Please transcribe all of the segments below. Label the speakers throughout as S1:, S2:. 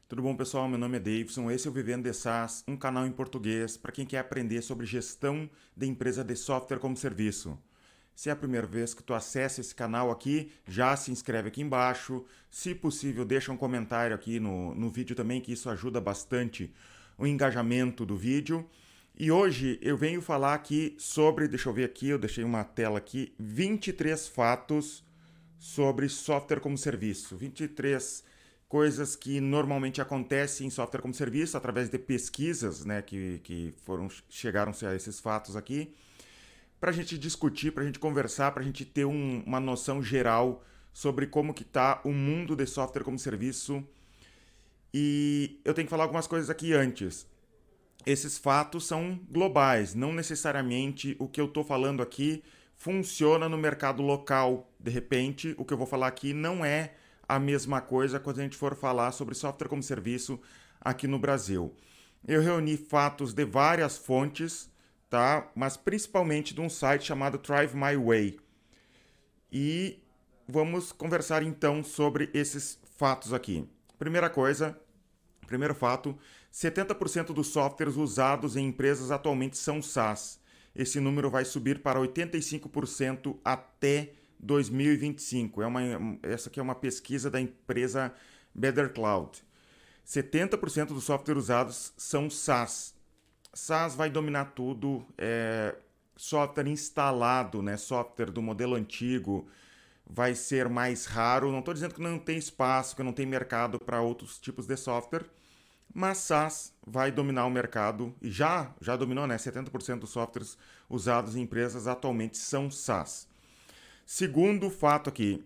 S1: Tudo bom, pessoal? Meu nome é Davidson, esse é o Vivendo de SaaS, um canal em português para quem quer aprender sobre gestão de empresa de software como serviço. Se é a primeira vez que tu acessa esse canal aqui, já se inscreve aqui embaixo. Se possível, deixa um comentário aqui no vídeo também, que isso ajuda bastante o engajamento do vídeo. E hoje eu venho falar aqui sobre, deixa eu ver aqui, eu deixei uma tela aqui, 23 fatos sobre software como serviço. 23 coisas que normalmente acontecem em software como serviço através de pesquisas, né, chegaram-se a esses fatos aqui, para a gente discutir, para a gente conversar, para a gente ter uma noção geral sobre como que está o mundo de software como serviço. E eu tenho que falar algumas coisas aqui antes. Esses fatos são globais, não necessariamente o que eu estou falando aqui funciona no mercado local. De repente, o que eu vou falar aqui não é a mesma coisa quando a gente for falar sobre software como serviço aqui no Brasil. Eu reuni fatos de várias fontes, tá? Mas principalmente de um site chamado Thrive My Way. E vamos conversar então sobre esses fatos aqui. Primeiro fato, 70% dos softwares usados em empresas atualmente são SaaS. Esse número vai subir para 85% até 2025. Essa aqui é uma pesquisa da empresa Better Cloud. 70% dos softwares usados são SaaS. SaaS vai dominar tudo. Software instalado, né? Software do modelo antigo vai ser mais raro. Não estou dizendo que não tem espaço, que não tem mercado para outros tipos de software, mas SaaS vai dominar o mercado e já dominou, né? 70% dos softwares usados em empresas atualmente são SaaS. Segundo fato aqui,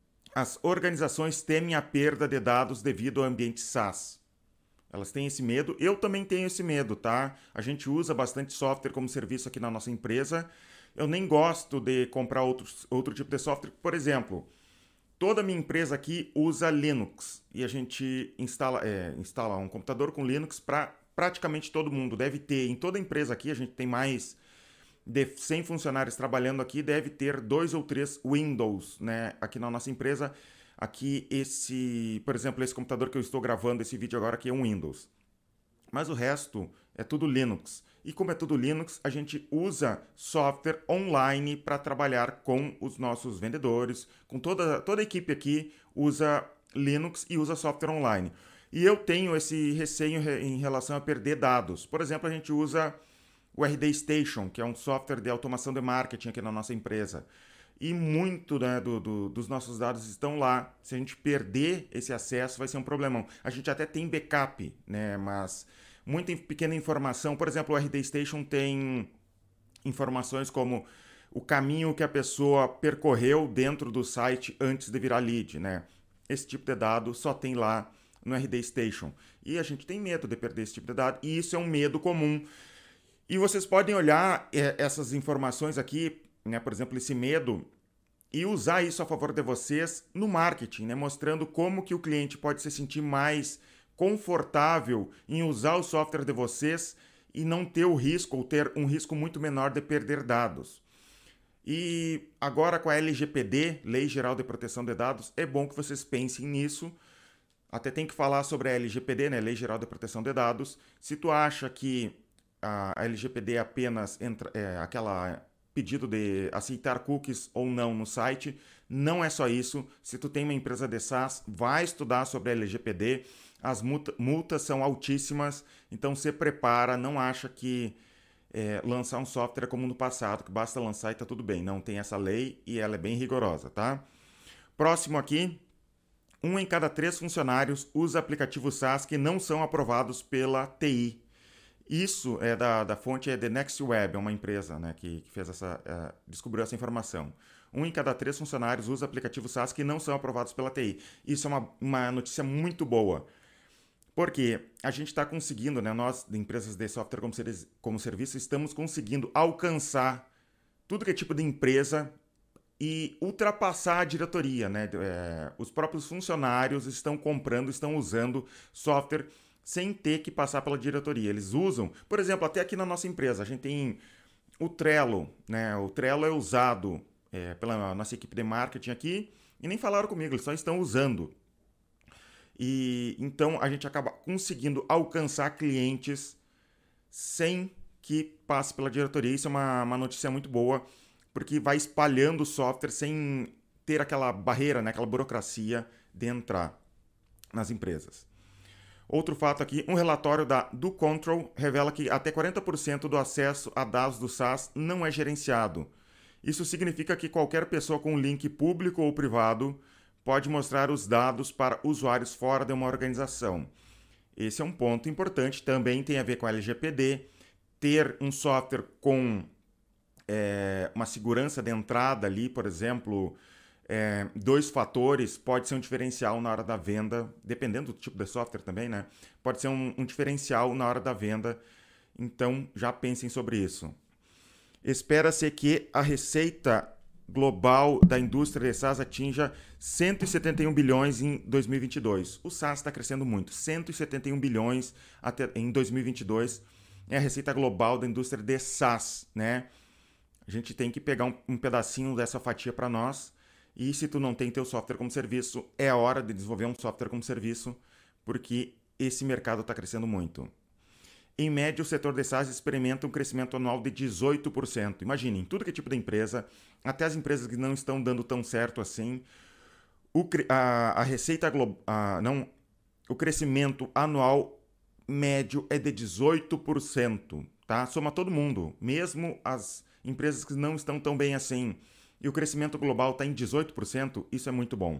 S1: as organizações temem a perda de dados devido ao ambiente SaaS. Elas têm esse medo, eu também tenho esse medo, tá? A gente usa bastante software como serviço aqui na nossa empresa. Eu nem gosto de comprar outro tipo de software. Por exemplo, toda a minha empresa aqui usa Linux e a gente instala um computador com Linux para praticamente todo mundo. Deve ter, em toda a empresa aqui, a gente tem mais de 100 funcionários trabalhando aqui, deve ter 2 ou 3 Windows, né? Aqui na nossa empresa, aqui por exemplo, esse computador que eu estou gravando esse vídeo agora aqui é um Windows. Mas o resto é tudo Linux. E como é tudo Linux, a gente usa software online para trabalhar com os nossos vendedores, com toda a equipe aqui usa Linux e usa software online. E eu tenho esse receio em relação a perder dados. Por exemplo, a gente usa o RD Station, que é um software de automação de marketing aqui na nossa empresa. E muito, né, dos nossos dados estão lá. Se a gente perder esse acesso, vai ser um problemão. A gente até tem backup, né, mas muita pequena informação. Por exemplo, o RD Station tem informações como o caminho que a pessoa percorreu dentro do site antes de virar lead, né? Esse tipo de dado só tem lá no RD Station. E a gente tem medo de perder esse tipo de dado, e isso é um medo comum. E vocês podem olhar essas informações aqui, né, por exemplo, esse medo, e usar isso a favor de vocês no marketing, né, mostrando como que o cliente pode se sentir mais confortável em usar o software de vocês e não ter o risco, ou ter um risco muito menor de perder dados. E agora com a LGPD, Lei Geral de Proteção de Dados, é bom que vocês pensem nisso. Até tem que falar sobre a LGPD, né, Lei Geral de Proteção de Dados. Se tu acha que a LGPD é apenas aquela pedido de aceitar cookies ou não no site, não é só isso. Se tu tem uma empresa de SaaS, vai estudar sobre a LGPD. As multas são altíssimas, então se prepara, não acha que lançar um software é como no passado, que basta lançar e tá tudo bem. Não, tem essa lei e ela é bem rigorosa, tá? Próximo aqui, 1 em cada 3 funcionários usa aplicativos SaaS que não são aprovados pela TI. Isso é da fonte é The Next Web, é uma empresa, né, que fez descobriu essa informação. 1 em cada 3 funcionários usa aplicativos SaaS que não são aprovados pela TI. Isso é uma notícia muito boa. Porque a gente está conseguindo, né, nós, de empresas de software como serviço, estamos conseguindo alcançar tudo que é tipo de empresa e ultrapassar a diretoria, né? Os próprios funcionários estão comprando, estão usando software sem ter que passar pela diretoria. Eles usam, por exemplo, até aqui na nossa empresa, a gente tem o Trello, né? O Trello é usado pela nossa equipe de marketing aqui e nem falaram comigo, eles só estão usando. E então a gente acaba conseguindo alcançar clientes sem que passe pela diretoria. Isso é uma notícia muito boa, porque vai espalhando o software sem ter aquela barreira, né, aquela burocracia de entrar nas empresas. Outro fato aqui, um relatório da DoControl revela que até 40% do acesso a dados do SaaS não é gerenciado. Isso significa que qualquer pessoa com link público ou privado pode mostrar os dados para usuários fora de uma organização. Esse é um ponto importante, também tem a ver com a LGPD, ter um software com uma segurança de entrada ali, por exemplo, 2 fatores, pode ser um diferencial na hora da venda, dependendo do tipo de software também, né? Pode ser um diferencial na hora da venda, então já pensem sobre isso. Espera-se que a receita global da indústria de SaaS atinja 171 bilhões em 2022. O SaaS está crescendo muito, 171 bilhões até em 2022 é a receita global da indústria de SaaS, né? A gente tem que pegar um pedacinho dessa fatia para nós. E se tu não tem teu software como serviço, é a hora de desenvolver um software como serviço, porque esse mercado está crescendo muito. Em média, o setor de SaaS experimenta um crescimento anual de 18%. Imaginem, tudo que é tipo de empresa, até as empresas que não estão dando tão certo assim, a receita global, o crescimento anual médio é de 18%, tá? Soma todo mundo, mesmo as empresas que não estão tão bem assim. E o crescimento global está em 18%, isso é muito bom.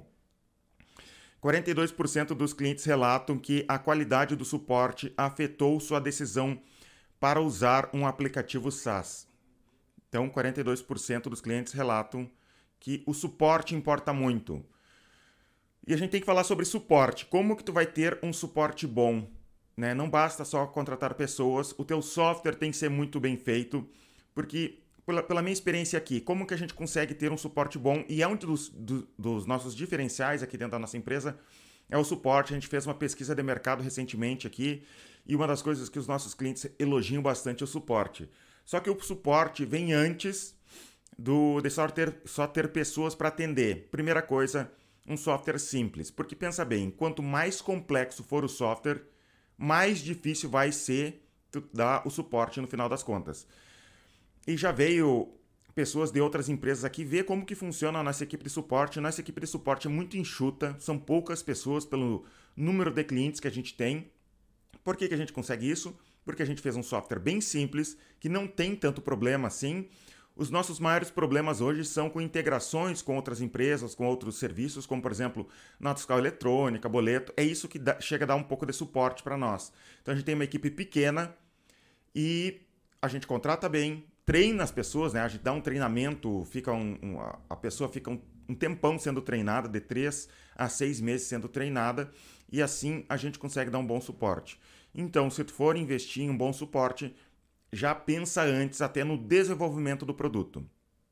S1: 42% dos clientes relatam que a qualidade do suporte afetou sua decisão para usar um aplicativo SaaS. Então, 42% dos clientes relatam que o suporte importa muito. E a gente tem que falar sobre suporte. Como que tu vai ter um suporte bom? Né? Não basta só contratar pessoas, o teu software tem que ser muito bem feito, porque pela minha experiência aqui, como que a gente consegue ter um suporte bom? E é um dos nossos diferenciais aqui dentro da nossa empresa, é o suporte. A gente fez uma pesquisa de mercado recentemente aqui, e uma das coisas que os nossos clientes elogiam bastante é o suporte. Só que o suporte vem antes de só ter pessoas para atender. Primeira coisa, um software simples. Porque pensa bem, quanto mais complexo for o software, mais difícil vai ser dar o suporte no final das contas. E já veio pessoas de outras empresas aqui ver como que funciona a nossa equipe de suporte. Nossa equipe de suporte é muito enxuta, são poucas pessoas pelo número de clientes que a gente tem. Por que a gente consegue isso? Porque a gente fez um software bem simples, que não tem tanto problema assim. Os nossos maiores problemas hoje são com integrações com outras empresas, com outros serviços, como por exemplo, nota fiscal eletrônica, boleto. É isso que chega a dar um pouco de suporte para nós. Então a gente tem uma equipe pequena e a gente contrata bem, treina as pessoas, né? A gente dá um treinamento, a pessoa fica um tempão sendo treinada, de 3 a 6 meses sendo treinada, e assim a gente consegue dar um bom suporte. Então, se tu for investir em um bom suporte, já pensa antes até no desenvolvimento do produto.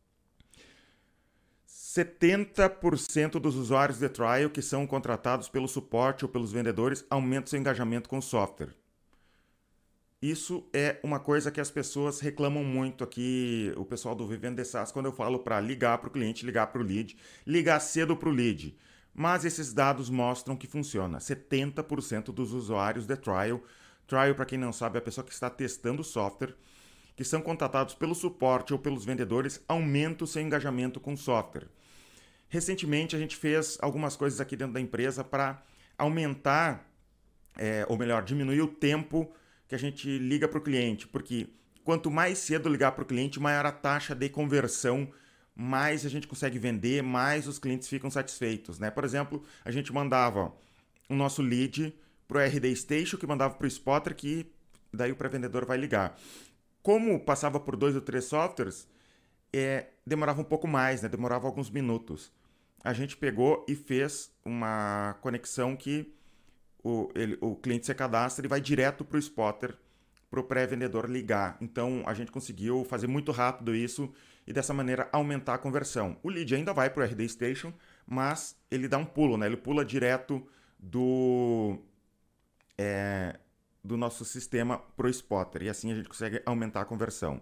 S1: 70% dos usuários de trial que são contratados pelo suporte ou pelos vendedores aumentam seu engajamento com o software. Isso é uma coisa que as pessoas reclamam muito aqui, o pessoal do Vivendo de SaaS, quando eu falo para ligar para o cliente, ligar para o lead, ligar cedo para o lead. Mas esses dados mostram que funciona. 70% dos usuários de trial, para quem não sabe, é a pessoa que está testando o software, que são contratados pelo suporte ou pelos vendedores, aumenta o seu engajamento com o software. Recentemente a gente fez algumas coisas aqui dentro da empresa para aumentar, ou melhor, diminuir o tempo que a gente liga para o cliente, porque quanto mais cedo ligar para o cliente, maior a taxa de conversão, mais a gente consegue vender, mais os clientes ficam satisfeitos, né? Por exemplo, a gente mandava o nosso lead para o RD Station, que mandava para o Spotter, que daí o pré-vendedor vai ligar. Como passava por 2 ou 3 softwares, demorava um pouco mais, né? Demorava alguns minutos. A gente pegou e fez uma conexão que o cliente se cadastra e vai direto para o Spotter, para o pré-vendedor ligar. Então, a gente conseguiu fazer muito rápido isso e, dessa maneira, aumentar a conversão. O lead ainda vai para o RD Station, mas ele dá um pulo, né? Ele pula direto do nosso sistema para o Spotter. E assim a gente consegue aumentar a conversão.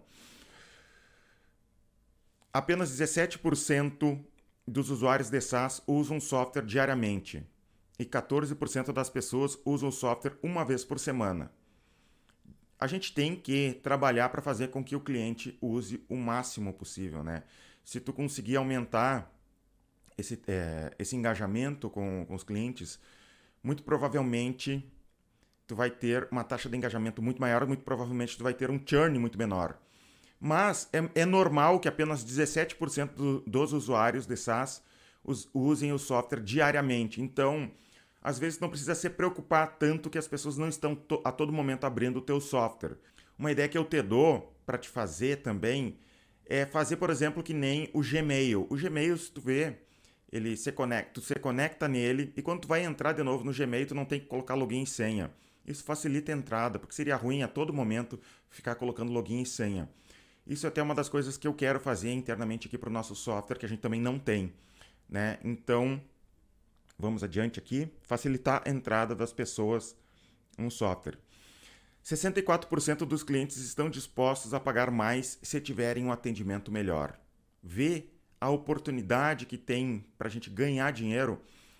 S1: Apenas 17% dos usuários de SaaS usam software diariamente. e 14% das pessoas usam o software uma vez por semana. A gente tem que trabalhar para fazer com que o cliente use o máximo possível, né? Se tu conseguir aumentar esse engajamento com os clientes, muito provavelmente tu vai ter uma taxa de engajamento muito maior, muito provavelmente tu vai ter um churn muito menor. Mas é normal que apenas 17% dos usuários de SaaS usem o software diariamente. Então, às vezes não precisa se preocupar tanto que as pessoas não estão a todo momento abrindo o teu software. Uma ideia que eu te dou para te fazer também é fazer, por exemplo, que nem o Gmail. O Gmail, se tu vê, tu se conecta nele e quando tu vai entrar de novo no Gmail, tu não tem que colocar login e senha. Isso facilita a entrada, porque seria ruim a todo momento ficar colocando login e senha. Isso é até uma das coisas que eu quero fazer internamente aqui para o nosso software, que a gente também não tem, né? Então, vamos adiante aqui. Facilitar a entrada das pessoas no software. 64% dos clientes estão dispostos a pagar mais se tiverem um atendimento melhor. Vê a oportunidade que tem para a gente ganhar dinheiro.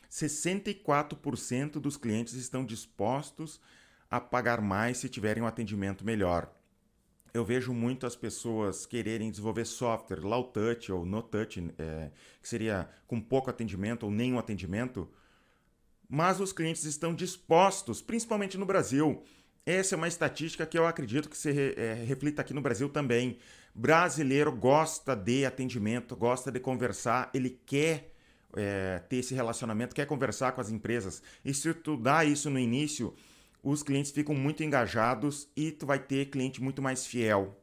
S1: 64% dos clientes estão dispostos a pagar mais se tiverem um atendimento melhor. Eu vejo muitas pessoas quererem desenvolver software low touch ou no touch, que seria com pouco atendimento ou nenhum atendimento, mas os clientes estão dispostos, principalmente no Brasil. Essa é uma estatística que eu acredito que se reflita aqui no Brasil também. Brasileiro gosta de atendimento, gosta de conversar, ele quer ter esse relacionamento, quer conversar com as empresas. E se tu dá isso no início, os clientes ficam muito engajados e tu vai ter cliente muito mais fiel.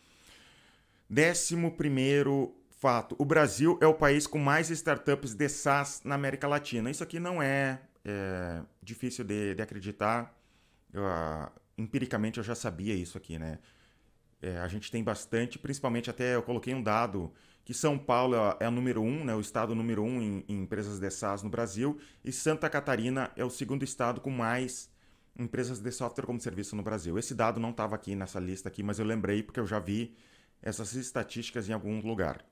S1: 11º fato. O Brasil é o país com mais startups de SaaS na América Latina. Isso aqui não é difícil de acreditar. Empiricamente eu já sabia isso aqui, né? A gente tem bastante, principalmente até eu coloquei um dado que São Paulo é o número 1, né, o estado número 1 em empresas de SaaS no Brasil, e Santa Catarina é o segundo estado com mais empresas de software como serviço no Brasil. Esse dado não estava aqui nessa lista aqui, mas eu lembrei porque eu já vi essas estatísticas em algum lugar.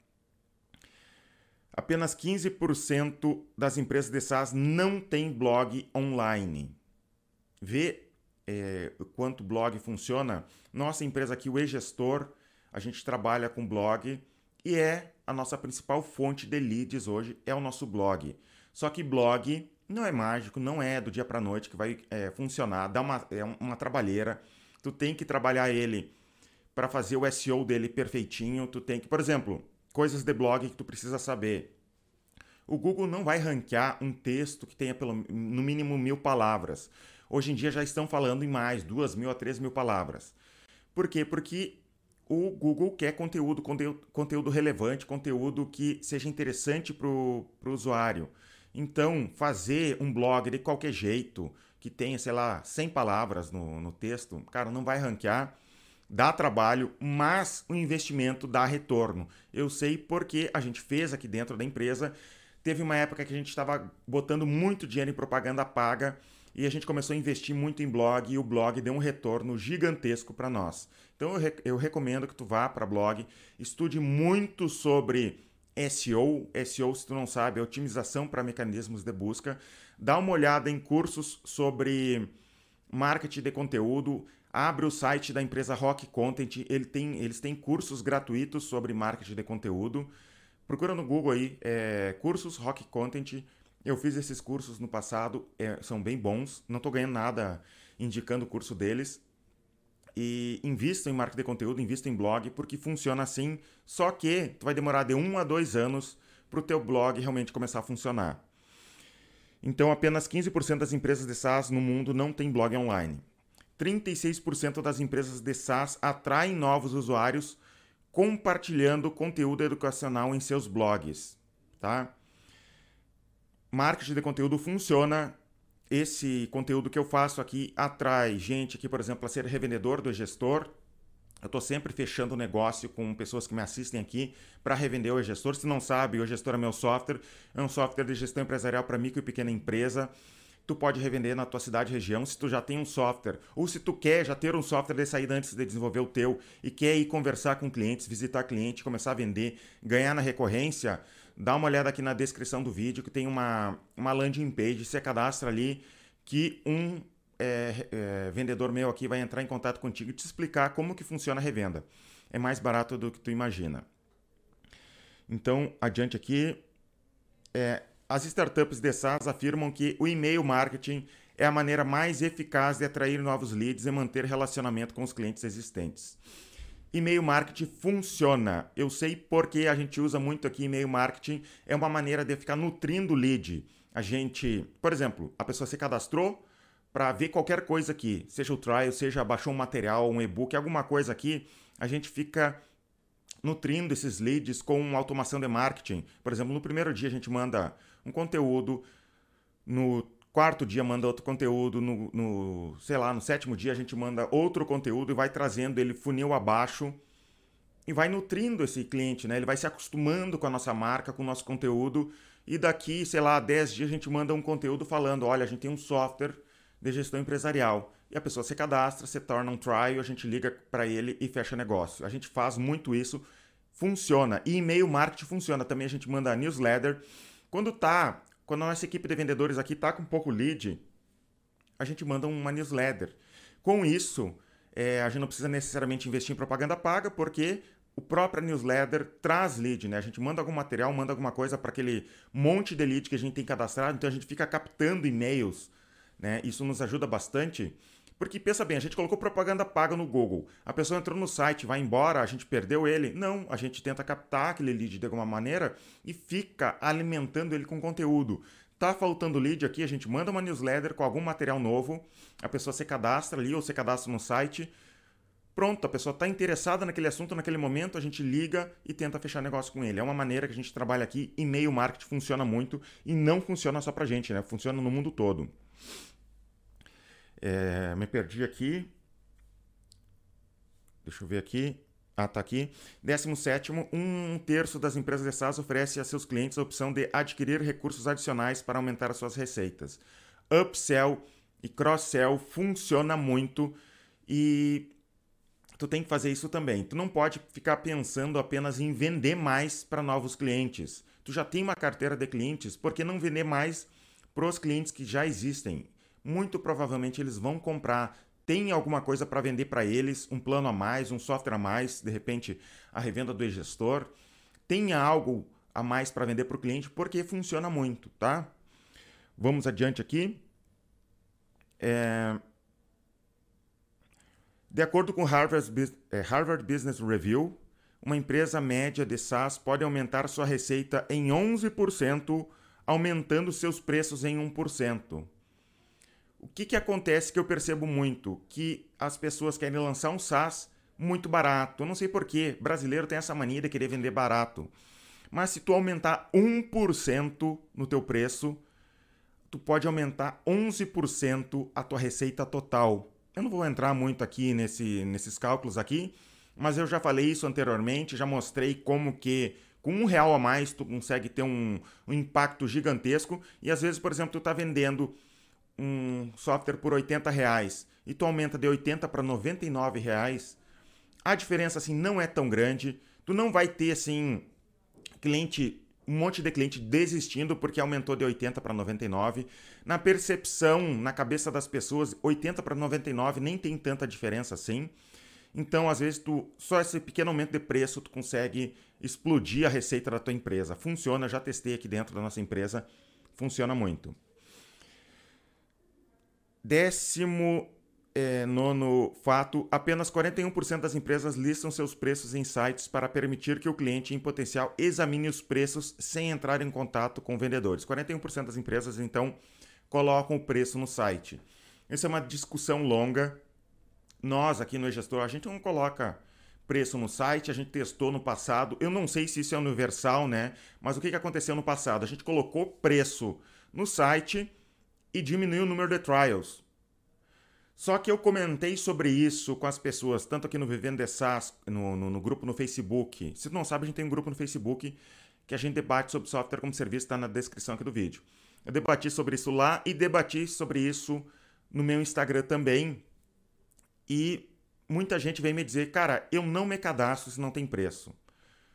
S1: Apenas 15% das empresas de SaaS não tem blog online. Vê quanto blog funciona. Nossa empresa aqui, o eGestor, a gente trabalha com blog e é a nossa principal fonte de leads hoje, é o nosso blog. Só que blog não é mágico, não é do dia para a noite que vai funcionar, é uma trabalheira. Tu tem que trabalhar ele para fazer o SEO dele perfeitinho. Tu tem que, por exemplo, coisas de blog que tu precisa saber. O Google não vai ranquear um texto que tenha no mínimo 1.000 palavras. Hoje em dia já estão falando em mais, 2.000 a 3.000 palavras. Por quê? Porque o Google quer conteúdo relevante, conteúdo que seja interessante para o usuário. Então, fazer um blog de qualquer jeito, que tenha, sei lá, 100 palavras no texto, cara, não vai ranquear, dá trabalho, mas o investimento dá retorno. Eu sei porque a gente fez aqui dentro da empresa. Teve uma época que a gente estava botando muito dinheiro em propaganda paga e a gente começou a investir muito em blog e o blog deu um retorno gigantesco para nós. Então eu recomendo que tu vá para blog, estude muito sobre SEO. SEO, se tu não sabe, é otimização para mecanismos de busca. Dá uma olhada em cursos sobre marketing de conteúdo. Abre o site da empresa Rock Content. Eles têm cursos gratuitos sobre marketing de conteúdo. Procura no Google aí, cursos Rock Content. Eu fiz esses cursos no passado, são bem bons. Não estou ganhando nada indicando o curso deles. E invista em marketing de conteúdo, invista em blog, porque funciona assim. Só que tu vai demorar de 1 a 2 anos para o teu blog realmente começar a funcionar. Então, apenas 15% das empresas de SaaS no mundo não tem blog online. 36% das empresas de SaaS atraem novos usuários compartilhando conteúdo educacional em seus blogs, tá? Marketing de conteúdo funciona. Esse conteúdo que eu faço aqui atrai gente aqui, por exemplo, a ser revendedor do eGestor. Eu estou sempre fechando negócio com pessoas que me assistem aqui para revender o eGestor. Se não sabe, o eGestor é meu software. É um software de gestão empresarial para micro e pequena empresa. Tu pode revender na tua cidade e região se tu já tem um software. Ou se tu quer já ter um software de saída antes de desenvolver o teu e quer ir conversar com clientes, visitar cliente, começar a vender, ganhar na recorrência. dá uma olhada aqui na descrição do vídeo que tem uma landing page, você cadastra ali que um vendedor meu aqui vai entrar em contato contigo e te explicar como que funciona a revenda. É mais barato do que tu imagina. Então, adiante aqui. As startups de SaaS afirmam que o e-mail marketing é a maneira mais eficaz de atrair novos leads e manter relacionamento com os clientes existentes. E-mail marketing funciona. Eu sei porque a gente usa muito aqui e-mail marketing. É uma maneira de ficar nutrindo o lead. A gente, por exemplo, a pessoa se cadastrou para ver qualquer coisa aqui, seja o trial, seja baixou um material, um e-book, alguma coisa aqui, a gente fica nutrindo esses leads com automação de marketing. Por exemplo, no primeiro dia a gente manda um conteúdo, no quarto dia manda outro conteúdo, no 7º dia a gente manda outro conteúdo e vai trazendo ele funil abaixo e vai nutrindo esse cliente, né? Ele vai se acostumando com a nossa marca, com o nosso conteúdo e daqui, 10 dias a gente manda um conteúdo falando, olha, a gente tem um software de gestão empresarial. E a pessoa se cadastra, se torna um trial, a gente liga para ele e fecha negócio. A gente faz muito isso, funciona. E e-mail marketing funciona. Também a gente manda newsletter. Quando a nossa equipe de vendedores aqui está com pouco lead, a gente manda uma newsletter. Com isso, a gente não precisa necessariamente investir em propaganda paga, porque o próprio newsletter traz lead, né? A gente manda algum material, manda alguma coisa para aquele monte de lead que a gente tem cadastrado, então a gente fica captando e-mails, né? Isso nos ajuda bastante. Porque pensa bem, a gente colocou propaganda paga no Google, a pessoa entrou no site, vai embora, a gente perdeu ele. Não, a gente tenta captar aquele lead de alguma maneira e fica alimentando ele com conteúdo. Tá faltando lead aqui, a gente manda uma newsletter com algum material novo, a pessoa se cadastra ali ou se cadastra no site. Pronto, a pessoa está interessada naquele assunto naquele momento, a gente liga e tenta fechar negócio com ele. É uma maneira que a gente trabalha aqui, e-mail marketing funciona muito e não funciona só pra gente, né? Funciona no mundo todo. Me perdi aqui. Deixa eu ver aqui. Tá aqui. 17º, 1/3 das empresas de SaaS oferece a seus clientes a opção de adquirir recursos adicionais para aumentar as suas receitas. Upsell e cross-sell funciona muito e tu tem que fazer isso também. Tu não pode ficar pensando apenas em vender mais para novos clientes. Tu já tem uma carteira de clientes, por que não vender mais para os clientes que já existem? Muito provavelmente eles vão comprar. Tem alguma coisa para vender para eles, um plano a mais, um software a mais, de repente a revenda do e-gestor. Tenha algo a mais para vender para o cliente, porque funciona muito, tá? Vamos adiante aqui. De acordo com Harvard Business Review, uma empresa média de SaaS pode aumentar sua receita em 11%, aumentando seus preços em 1%. O que acontece que eu percebo muito? Que as pessoas querem lançar um SaaS muito barato. Eu não sei porquê. Brasileiro tem essa mania de querer vender barato. Mas se tu aumentar 1% no teu preço, tu pode aumentar 11% a tua receita total. Eu não vou entrar muito aqui nesses cálculos aqui, mas eu já falei isso anteriormente, já mostrei como que com R$1 a mais tu consegue ter um impacto gigantesco. E às vezes, por exemplo, tu está vendendo um software por R$80 e tu aumenta de 80 para R$99, a diferença assim não é tão grande. Tu não vai ter assim um monte de cliente desistindo porque aumentou de 80 para 99. Na percepção, na cabeça das pessoas, 80 para 99 nem tem tanta diferença assim. Então, às vezes, só esse pequeno aumento de preço tu consegue explodir a receita da tua empresa. Funciona, já testei aqui dentro da nossa empresa, funciona muito. 19º fato, apenas 41% das empresas listam seus preços em sites para permitir que o cliente em potencial examine os preços sem entrar em contato com vendedores. 41% das empresas, então, colocam o preço no site. Essa é uma discussão longa. Nós, aqui no eGestor, a gente não coloca preço no site, a gente testou no passado. Eu não sei se isso é universal, né? Mas o que aconteceu no passado? A gente colocou preço no site e diminuiu o número de trials. Só que eu comentei sobre isso com as pessoas, tanto aqui no Vivendo de SaaS, no grupo no Facebook. Se tu não sabe, a gente tem um grupo no Facebook que a gente debate sobre software como serviço, está na descrição aqui do vídeo. Eu debati sobre isso lá e debati sobre isso no meu Instagram também. E muita gente vem me dizer, cara, eu não me cadastro se não tem preço.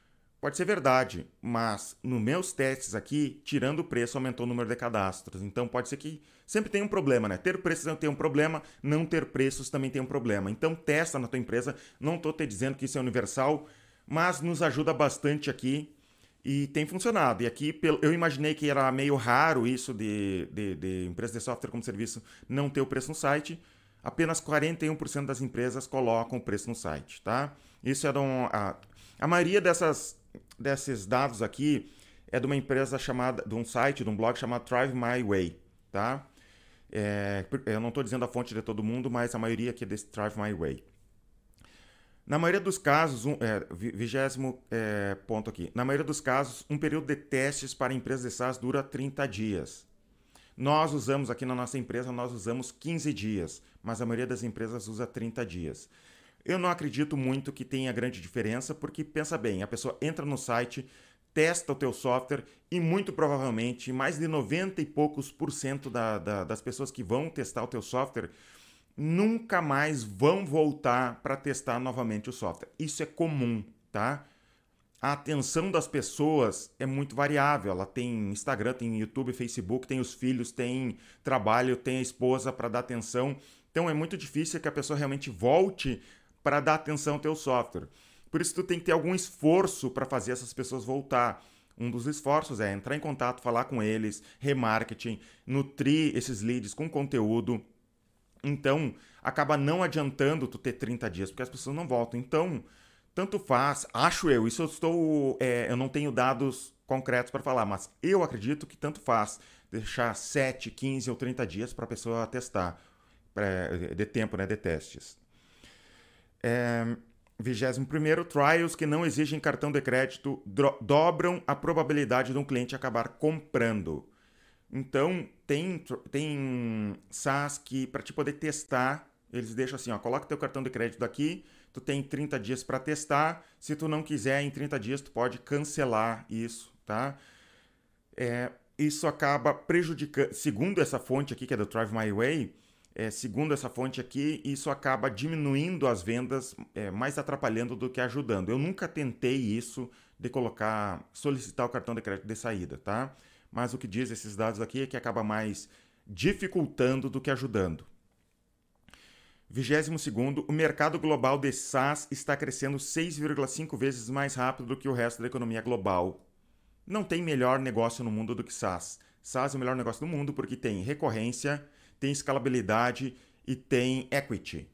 S1: pode ser verdade, mas nos meus testes aqui, tirando o preço, aumentou o número de cadastros. Então pode ser que sempre tem um problema, né? Ter preços não tem um problema, não ter preços também tem um problema. Então testa na tua empresa, não estou te dizendo que isso é universal, mas nos ajuda bastante aqui e tem funcionado. E aqui eu imaginei que era meio raro isso de empresa de software como serviço não ter o preço no site. Apenas 41% das empresas colocam o preço no site, tá? Isso é a maioria desses dados aqui é de uma empresa chamada, de um site, de um blog chamado Thrive My Way, tá? Eu não estou dizendo a fonte de todo mundo, mas a maioria aqui é desse Thrive My Way. Na maioria dos casos, 20º ponto aqui, na maioria dos casos, um período de testes para empresas de SaaS dura 30 dias. Nós usamos aqui na nossa empresa, nós usamos 15 dias, mas a maioria das empresas usa 30 dias. Eu não acredito muito que tenha grande diferença, porque pensa bem, a pessoa entra no site, testa o teu software e muito provavelmente mais de 90 e poucos por cento das pessoas que vão testar o teu software nunca mais vão voltar para testar novamente o software. Isso é comum, tá? A atenção das pessoas é muito variável. Ela tem Instagram, tem YouTube, Facebook, tem os filhos, tem trabalho, tem a esposa para dar atenção. Então é muito difícil que a pessoa realmente volte para dar atenção ao teu software. Por isso tu tem que ter algum esforço para fazer essas pessoas voltar. Um dos esforços é entrar em contato, falar com eles, remarketing, nutrir esses leads com conteúdo. Então, acaba não adiantando tu ter 30 dias, porque as pessoas não voltam. Então, tanto faz, acho eu, isso eu não tenho dados concretos para falar, mas eu acredito que tanto faz deixar 7, 15 ou 30 dias para a pessoa testar, de tempo, né, de testes. 21º, trials que não exigem cartão de crédito dobram a probabilidade de um cliente acabar comprando. Então, tem SaaS que, para te poder testar, eles deixam assim, ó, coloca teu cartão de crédito aqui, tu tem 30 dias para testar, se tu não quiser, em 30 dias tu pode cancelar isso, tá? Isso acaba prejudicando, segundo essa fonte aqui, que é do Thrive My Way, segundo essa fonte aqui, isso acaba diminuindo as vendas, mais atrapalhando do que ajudando. Eu nunca tentei isso de solicitar o cartão de crédito de saída, tá? Mas o que diz esses dados aqui é que acaba mais dificultando do que ajudando. 22º, o mercado global de SaaS está crescendo 6,5 vezes mais rápido do que o resto da economia global. Não tem melhor negócio no mundo do que SaaS. SaaS é o melhor negócio do mundo porque tem recorrência, tem escalabilidade e tem equity.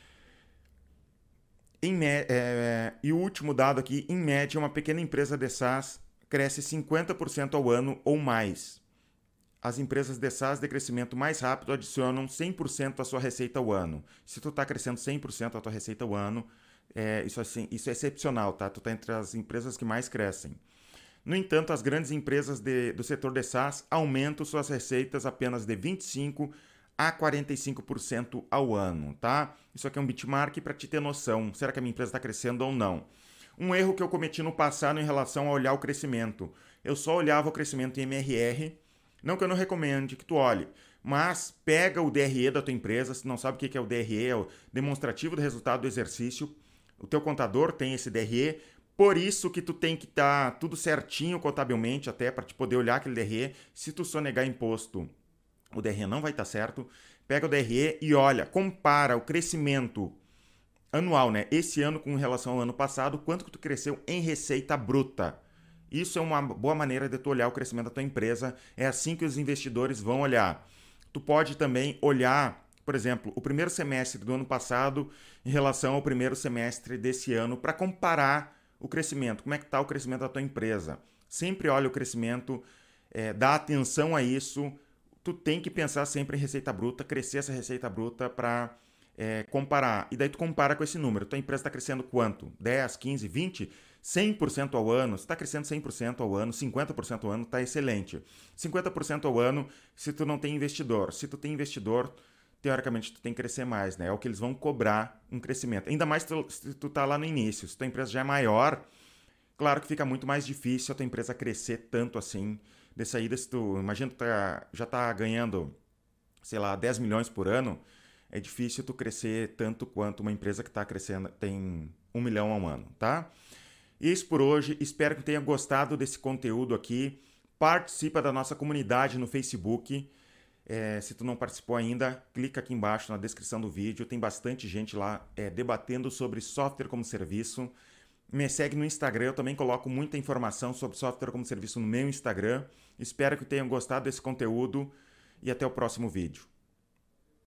S1: E o último dado aqui, em média, uma pequena empresa de SaaS cresce 50% ao ano ou mais. As empresas de SaaS de crescimento mais rápido adicionam 100% à sua receita ao ano. Se tu está crescendo 100% a tua receita ao ano, isso é excepcional, tá? Tu está entre as empresas que mais crescem. No entanto, as grandes empresas do setor de SaaS aumentam suas receitas apenas de 25% a 45% ao ano, tá? Isso aqui é um benchmark para te ter noção. Será que a minha empresa está crescendo ou não? Um erro que eu cometi no passado em relação a olhar o crescimento. Eu só olhava o crescimento em MRR. Não que eu não recomende que tu olhe, mas pega o DRE da tua empresa. Se não sabe o que é o DRE, é o demonstrativo do resultado do exercício. O teu contador tem esse DRE. Por isso que tu tem que estar tudo certinho contabilmente até para te poder olhar aquele DRE. Se tu sonegar imposto, o DRE não vai estar certo. Pega o DRE e olha, compara o crescimento anual, né? Esse ano com relação ao ano passado, quanto que tu cresceu em receita bruta. Isso é uma boa maneira de tu olhar o crescimento da tua empresa. É assim que os investidores vão olhar. Tu pode também olhar, por exemplo, o primeiro semestre do ano passado em relação ao primeiro semestre desse ano para comparar o crescimento. Como é que está o crescimento da tua empresa? Sempre olha o crescimento, dá atenção a isso. Tu tem que pensar sempre em receita bruta, crescer essa receita bruta para comparar. E daí tu compara com esse número. Tua empresa está crescendo quanto? 10, 15, 20? 100% ao ano? Se está crescendo 100% ao ano, 50% ao ano, está excelente. 50% ao ano se tu não tem investidor. Se tu tem investidor, teoricamente tu tem que crescer mais, né? É o que eles vão cobrar um crescimento. Ainda mais se tu tá lá no início. Se tua empresa já é maior, claro que fica muito mais difícil a tua empresa crescer tanto assim. De saída, se tu, imagina tu já tá ganhando, sei lá, 10 milhões por ano, é difícil tu crescer tanto quanto uma empresa que está crescendo, tem 1 milhão ao ano, tá? Isso por hoje, espero que tenha gostado desse conteúdo aqui. Participa da nossa comunidade no Facebook. Se tu não participou ainda, clica aqui embaixo na descrição do vídeo. Tem bastante gente lá debatendo sobre software como serviço. Me segue no Instagram, eu também coloco muita informação sobre software como serviço no meu Instagram. Espero que tenham gostado desse conteúdo e até o próximo vídeo.